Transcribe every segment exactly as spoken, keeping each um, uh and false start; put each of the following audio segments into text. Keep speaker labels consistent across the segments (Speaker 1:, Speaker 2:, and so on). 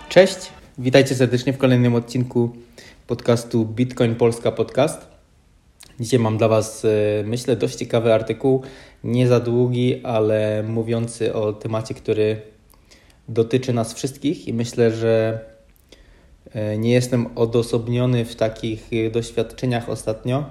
Speaker 1: Cześć, witajcie serdecznie w kolejnym odcinku podcastu Bitcoin Polska Podcast. Dzisiaj mam dla Was, myślę, dość ciekawy artykuł, nie za długi, ale mówiący o temacie, który dotyczy nas wszystkich i myślę, że nie jestem odosobniony w takich doświadczeniach ostatnio,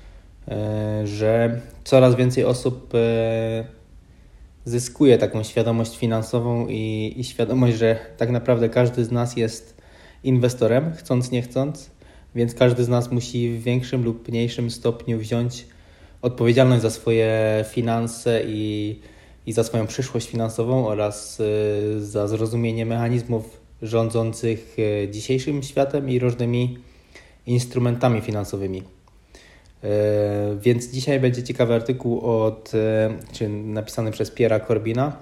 Speaker 1: że coraz więcej osób zyskuje taką świadomość finansową i, i świadomość, że tak naprawdę każdy z nas jest inwestorem, chcąc nie chcąc, więc każdy z nas musi w większym lub mniejszym stopniu wziąć odpowiedzialność za swoje finanse i, i za swoją przyszłość finansową oraz y, za zrozumienie mechanizmów rządzących y, dzisiejszym światem i różnymi instrumentami finansowymi. Więc dzisiaj będzie ciekawy artykuł od, czy napisany przez Pierre'a Corbina.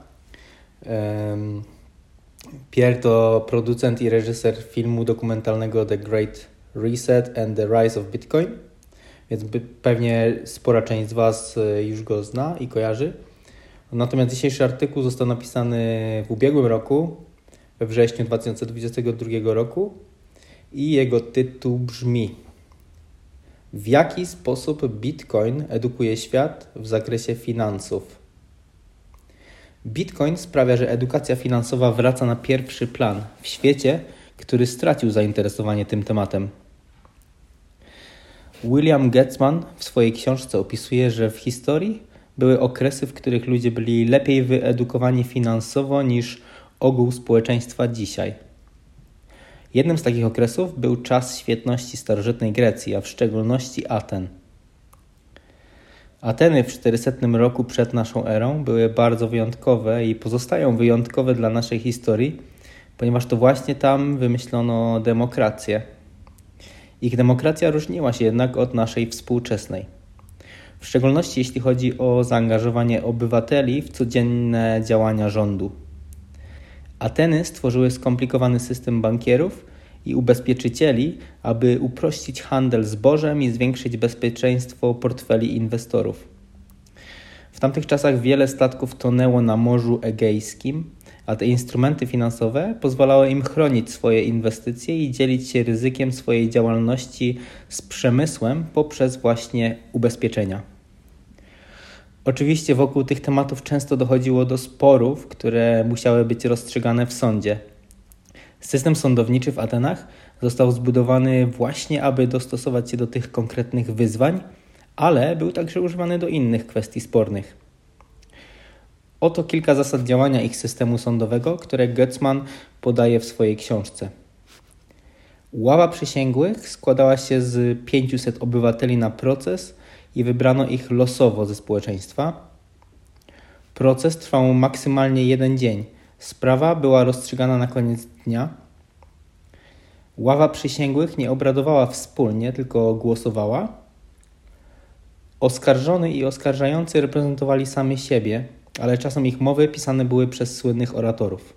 Speaker 1: Pierre to producent i reżyser filmu dokumentalnego The Great Reset and the Rise of Bitcoin, więc pewnie spora część z Was już go zna i kojarzy. Natomiast dzisiejszy artykuł został napisany w ubiegłym roku, we wrześniu dwa tysiące dwudziestego drugiego roku i jego tytuł brzmi: w jaki sposób Bitcoin edukuje świat w zakresie finansów? Bitcoin sprawia, że edukacja finansowa wraca na pierwszy plan w świecie, który stracił zainteresowanie tym tematem. William Getzman w swojej książce opisuje, że w historii były okresy, w których ludzie byli lepiej wyedukowani finansowo niż ogół społeczeństwa dzisiaj. Jednym z takich okresów był czas świetności starożytnej Grecji, a w szczególności Aten. Ateny w czterysetnym roku przed naszą erą były bardzo wyjątkowe i pozostają wyjątkowe dla naszej historii, ponieważ to właśnie tam wymyślono demokrację. Ich demokracja różniła się jednak od naszej współczesnej. W szczególności jeśli chodzi o zaangażowanie obywateli w codzienne działania rządu. Ateny stworzyły skomplikowany system bankierów i ubezpieczycieli, aby uprościć handel zbożem i zwiększyć bezpieczeństwo portfeli inwestorów. W tamtych czasach wiele statków tonęło na Morzu Egejskim, a te instrumenty finansowe pozwalały im chronić swoje inwestycje i dzielić się ryzykiem swojej działalności z przemysłem poprzez właśnie ubezpieczenia. Oczywiście wokół tych tematów często dochodziło do sporów, które musiały być rozstrzygane w sądzie. System sądowniczy w Atenach został zbudowany właśnie, aby dostosować się do tych konkretnych wyzwań, ale był także używany do innych kwestii spornych. Oto kilka zasad działania ich systemu sądowego, które Getzman podaje w swojej książce. Ława przysięgłych składała się z pięciuset obywateli na proces i wybrano ich losowo ze społeczeństwa. Proces trwał maksymalnie jeden dzień. Sprawa była rozstrzygana na koniec dnia. Ława przysięgłych nie obradowała wspólnie, tylko głosowała. Oskarżony i oskarżający reprezentowali sami siebie, ale czasem ich mowy pisane były przez słynnych oratorów.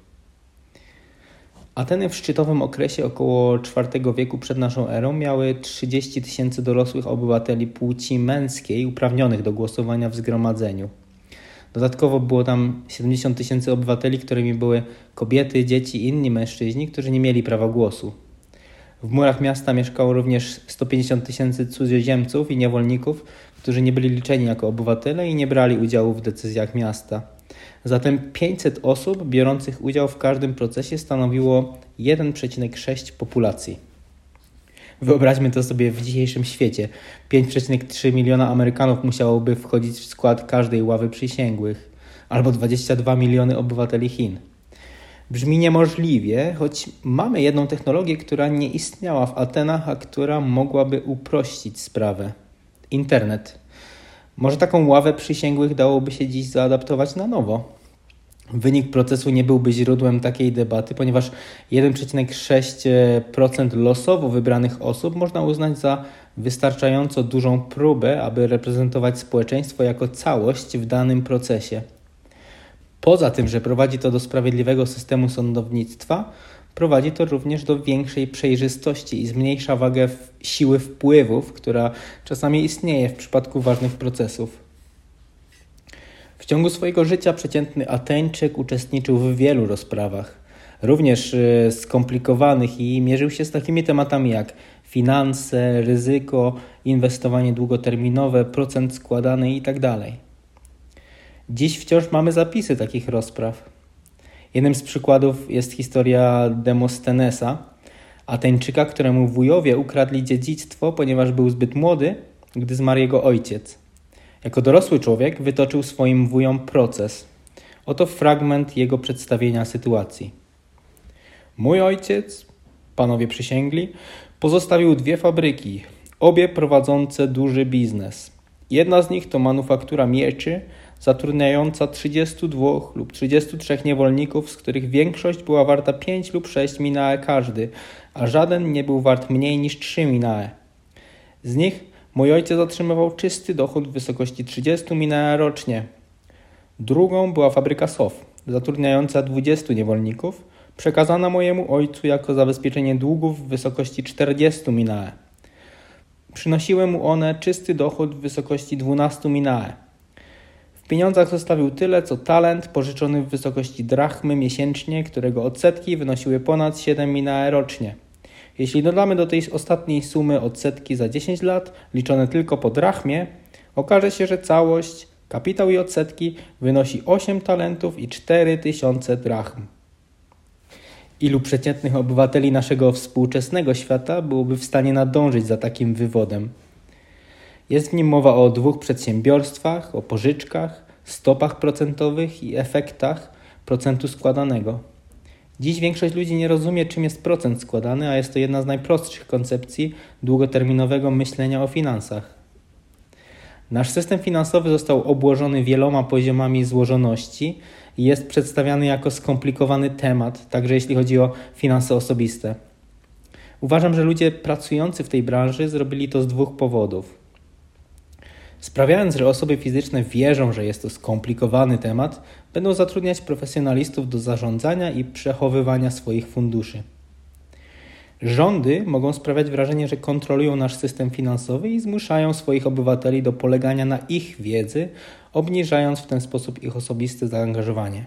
Speaker 1: Ateny w szczytowym okresie około czwartego wieku przed naszą erą miały trzydzieści tysięcy dorosłych obywateli płci męskiej uprawnionych do głosowania w zgromadzeniu. Dodatkowo było tam siedemdziesiąt tysięcy obywateli, którymi były kobiety, dzieci i inni mężczyźni, którzy nie mieli prawa głosu. W murach miasta mieszkało również sto pięćdziesiąt tysięcy cudzoziemców i niewolników, którzy nie byli liczeni jako obywatele i nie brali udziału w decyzjach miasta. Zatem pięćset osób biorących udział w każdym procesie stanowiło jeden przecinek sześć populacji. Wyobraźmy to sobie w dzisiejszym świecie. pięć przecinek trzy miliona Amerykanów musiałoby wchodzić w skład każdej ławy przysięgłych, albo dwadzieścia dwa miliony obywateli Chin. Brzmi niemożliwie, choć mamy jedną technologię, która nie istniała w Atenach, a która mogłaby uprościć sprawę. Internet. Może taką ławę przysięgłych dałoby się dziś zaadaptować na nowo. Wynik procesu nie byłby źródłem takiej debaty, ponieważ jeden przecinek sześć procent losowo wybranych osób można uznać za wystarczająco dużą próbę, aby reprezentować społeczeństwo jako całość w danym procesie. Poza tym, że prowadzi to do sprawiedliwego systemu sądownictwa, prowadzi to również do większej przejrzystości i zmniejsza wagę siły wpływów, która czasami istnieje w przypadku ważnych procesów. W ciągu swojego życia przeciętny Ateńczyk uczestniczył w wielu rozprawach. również skomplikowanych i mierzył się z takimi tematami jak finanse, ryzyko, inwestowanie długoterminowe, procent składany itd. Dziś wciąż mamy zapisy takich rozpraw. Jednym z przykładów jest historia Demosthenesa, Ateńczyka, któremu wujowie ukradli dziedzictwo, ponieważ był zbyt młody, gdy zmarł jego ojciec. Jako dorosły człowiek wytoczył swoim wujom proces. Oto fragment jego przedstawienia sytuacji. Mój ojciec, panowie przysięgli, pozostawił dwie fabryki, obie prowadzące duży biznes. Jedna z nich to manufaktura mieczy, zatrudniająca trzydziestu dwóch lub trzydziestu trzech niewolników, z których większość była warta pięć lub sześć minae każdy, a żaden nie był wart mniej niż trzy minae. Z nich mój ojciec otrzymywał czysty dochód w wysokości trzydziestu minae rocznie. Drugą była fabryka sow, zatrudniająca dwudziestu niewolników, przekazana mojemu ojcu jako zabezpieczenie długów w wysokości czterdziestu minae. Przynosiły mu one czysty dochód w wysokości dwunastu minae. W pieniądzach zostawił tyle, co talent pożyczony w wysokości drachmy miesięcznie, którego odsetki wynosiły ponad siedem minae rocznie. Jeśli dodamy do tej ostatniej sumy odsetki za dziesięć lat, liczone tylko po drachmie, okaże się, że całość, kapitał i odsetki wynosi osiem talentów i cztery tysiące drachm. Ilu przeciętnych obywateli naszego współczesnego świata byłoby w stanie nadążyć za takim wywodem? Jest w nim mowa o dwóch przedsiębiorstwach, o pożyczkach, stopach procentowych i efektach procentu składanego. Dziś większość ludzi nie rozumie, czym jest procent składany, a jest to jedna z najprostszych koncepcji długoterminowego myślenia o finansach. Nasz system finansowy został obłożony wieloma poziomami złożoności i jest przedstawiany jako skomplikowany temat, także jeśli chodzi o finanse osobiste. Uważam, że ludzie pracujący w tej branży zrobili to z dwóch powodów. Sprawiając, że osoby fizyczne wierzą, że jest to skomplikowany temat, będą zatrudniać profesjonalistów do zarządzania i przechowywania swoich funduszy. Rządy mogą sprawiać wrażenie, że kontrolują nasz system finansowy i zmuszają swoich obywateli do polegania na ich wiedzy, obniżając w ten sposób ich osobiste zaangażowanie.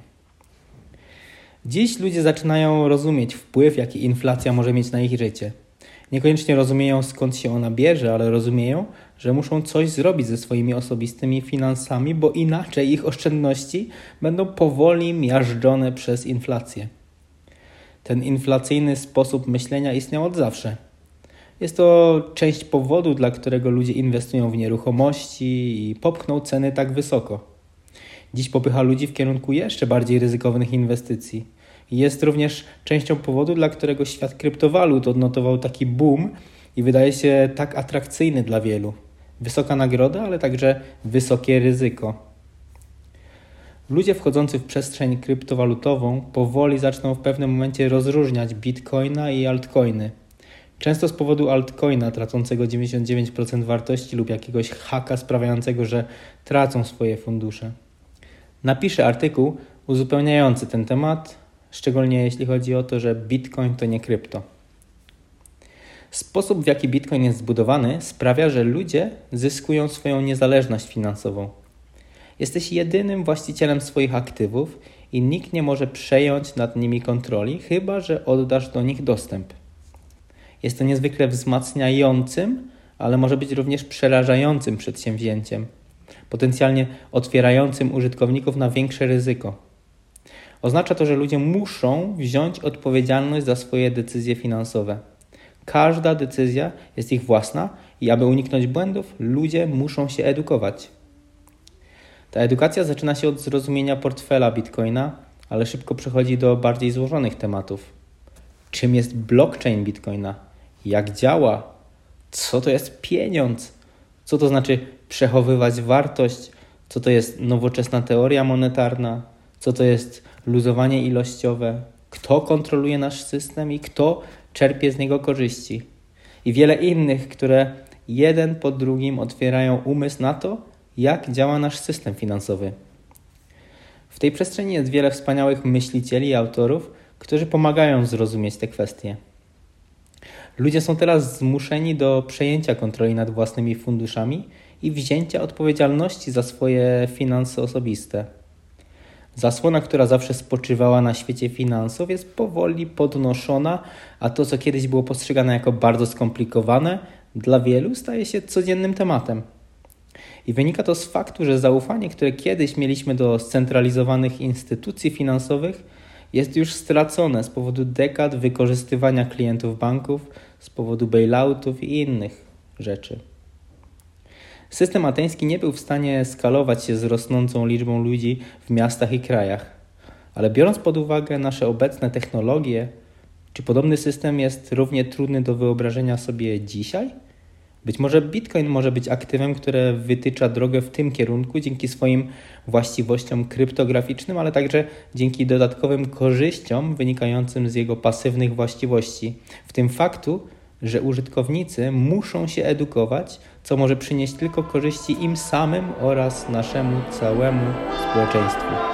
Speaker 1: Dziś ludzie zaczynają rozumieć wpływ, jaki inflacja może mieć na ich życie. Niekoniecznie rozumieją, skąd się ona bierze, ale rozumieją, że muszą coś zrobić ze swoimi osobistymi finansami, bo inaczej ich oszczędności będą powoli miażdżone przez inflację. Ten inflacyjny sposób myślenia istniał od zawsze. Jest to część powodu, dla którego ludzie inwestują w nieruchomości i popchną ceny tak wysoko. Dziś popycha ludzi w kierunku jeszcze bardziej ryzykownych inwestycji. Jest również częścią powodu, dla którego świat kryptowalut odnotował taki boom i wydaje się tak atrakcyjny dla wielu. Wysoka nagroda, ale także wysokie ryzyko. Ludzie wchodzący w przestrzeń kryptowalutową powoli zaczną w pewnym momencie rozróżniać bitcoina i altcoiny. Często z powodu altcoina tracącego dziewięćdziesiąt dziewięć procent wartości lub jakiegoś haka sprawiającego, że tracą swoje fundusze. Napiszę artykuł uzupełniający ten temat, szczególnie jeśli chodzi o to, że bitcoin to nie krypto. Sposób, w jaki bitcoin jest zbudowany, sprawia, że ludzie zyskują swoją niezależność finansową. Jesteś jedynym właścicielem swoich aktywów i nikt nie może przejąć nad nimi kontroli, chyba że oddasz do nich dostęp. Jest to niezwykle wzmacniającym, ale może być również przerażającym przedsięwzięciem, potencjalnie otwierającym użytkowników na większe ryzyko. Oznacza to, że ludzie muszą wziąć odpowiedzialność za swoje decyzje finansowe. Każda decyzja jest ich własna i aby uniknąć błędów, ludzie muszą się edukować. Ta edukacja zaczyna się od zrozumienia portfela bitcoina, ale szybko przechodzi do bardziej złożonych tematów. Czym jest blockchain bitcoina? Jak działa? Co to jest pieniądz? Co to znaczy przechowywać wartość? Co to jest nowoczesna teoria monetarna? Co to jest luzowanie ilościowe? Kto kontroluje nasz system i kto czerpie z niego korzyści? I wiele innych, które jeden po drugim otwierają umysł na to, jak działa nasz system finansowy. W tej przestrzeni jest wiele wspaniałych myślicieli i autorów, którzy pomagają zrozumieć te kwestie. Ludzie są teraz zmuszeni do przejęcia kontroli nad własnymi funduszami i wzięcia odpowiedzialności za swoje finanse osobiste. Zasłona, która zawsze spoczywała na świecie finansów, jest powoli podnoszona, a to, co kiedyś było postrzegane jako bardzo skomplikowane, dla wielu staje się codziennym tematem. I wynika to z faktu, że zaufanie, które kiedyś mieliśmy do scentralizowanych instytucji finansowych, jest już stracone z powodu dekad wykorzystywania klientów banków, z powodu bailoutów i innych rzeczy. System ateński nie był w stanie skalować się z rosnącą liczbą ludzi w miastach i krajach, ale biorąc pod uwagę nasze obecne technologie, czy podobny system jest równie trudny do wyobrażenia sobie dzisiaj? Być może Bitcoin może być aktywem, które wytycza drogę w tym kierunku dzięki swoim właściwościom kryptograficznym, ale także dzięki dodatkowym korzyściom wynikającym z jego pasywnych właściwości, w tym faktu, że użytkownicy muszą się edukować, co może przynieść tylko korzyści im samym oraz naszemu całemu społeczeństwu.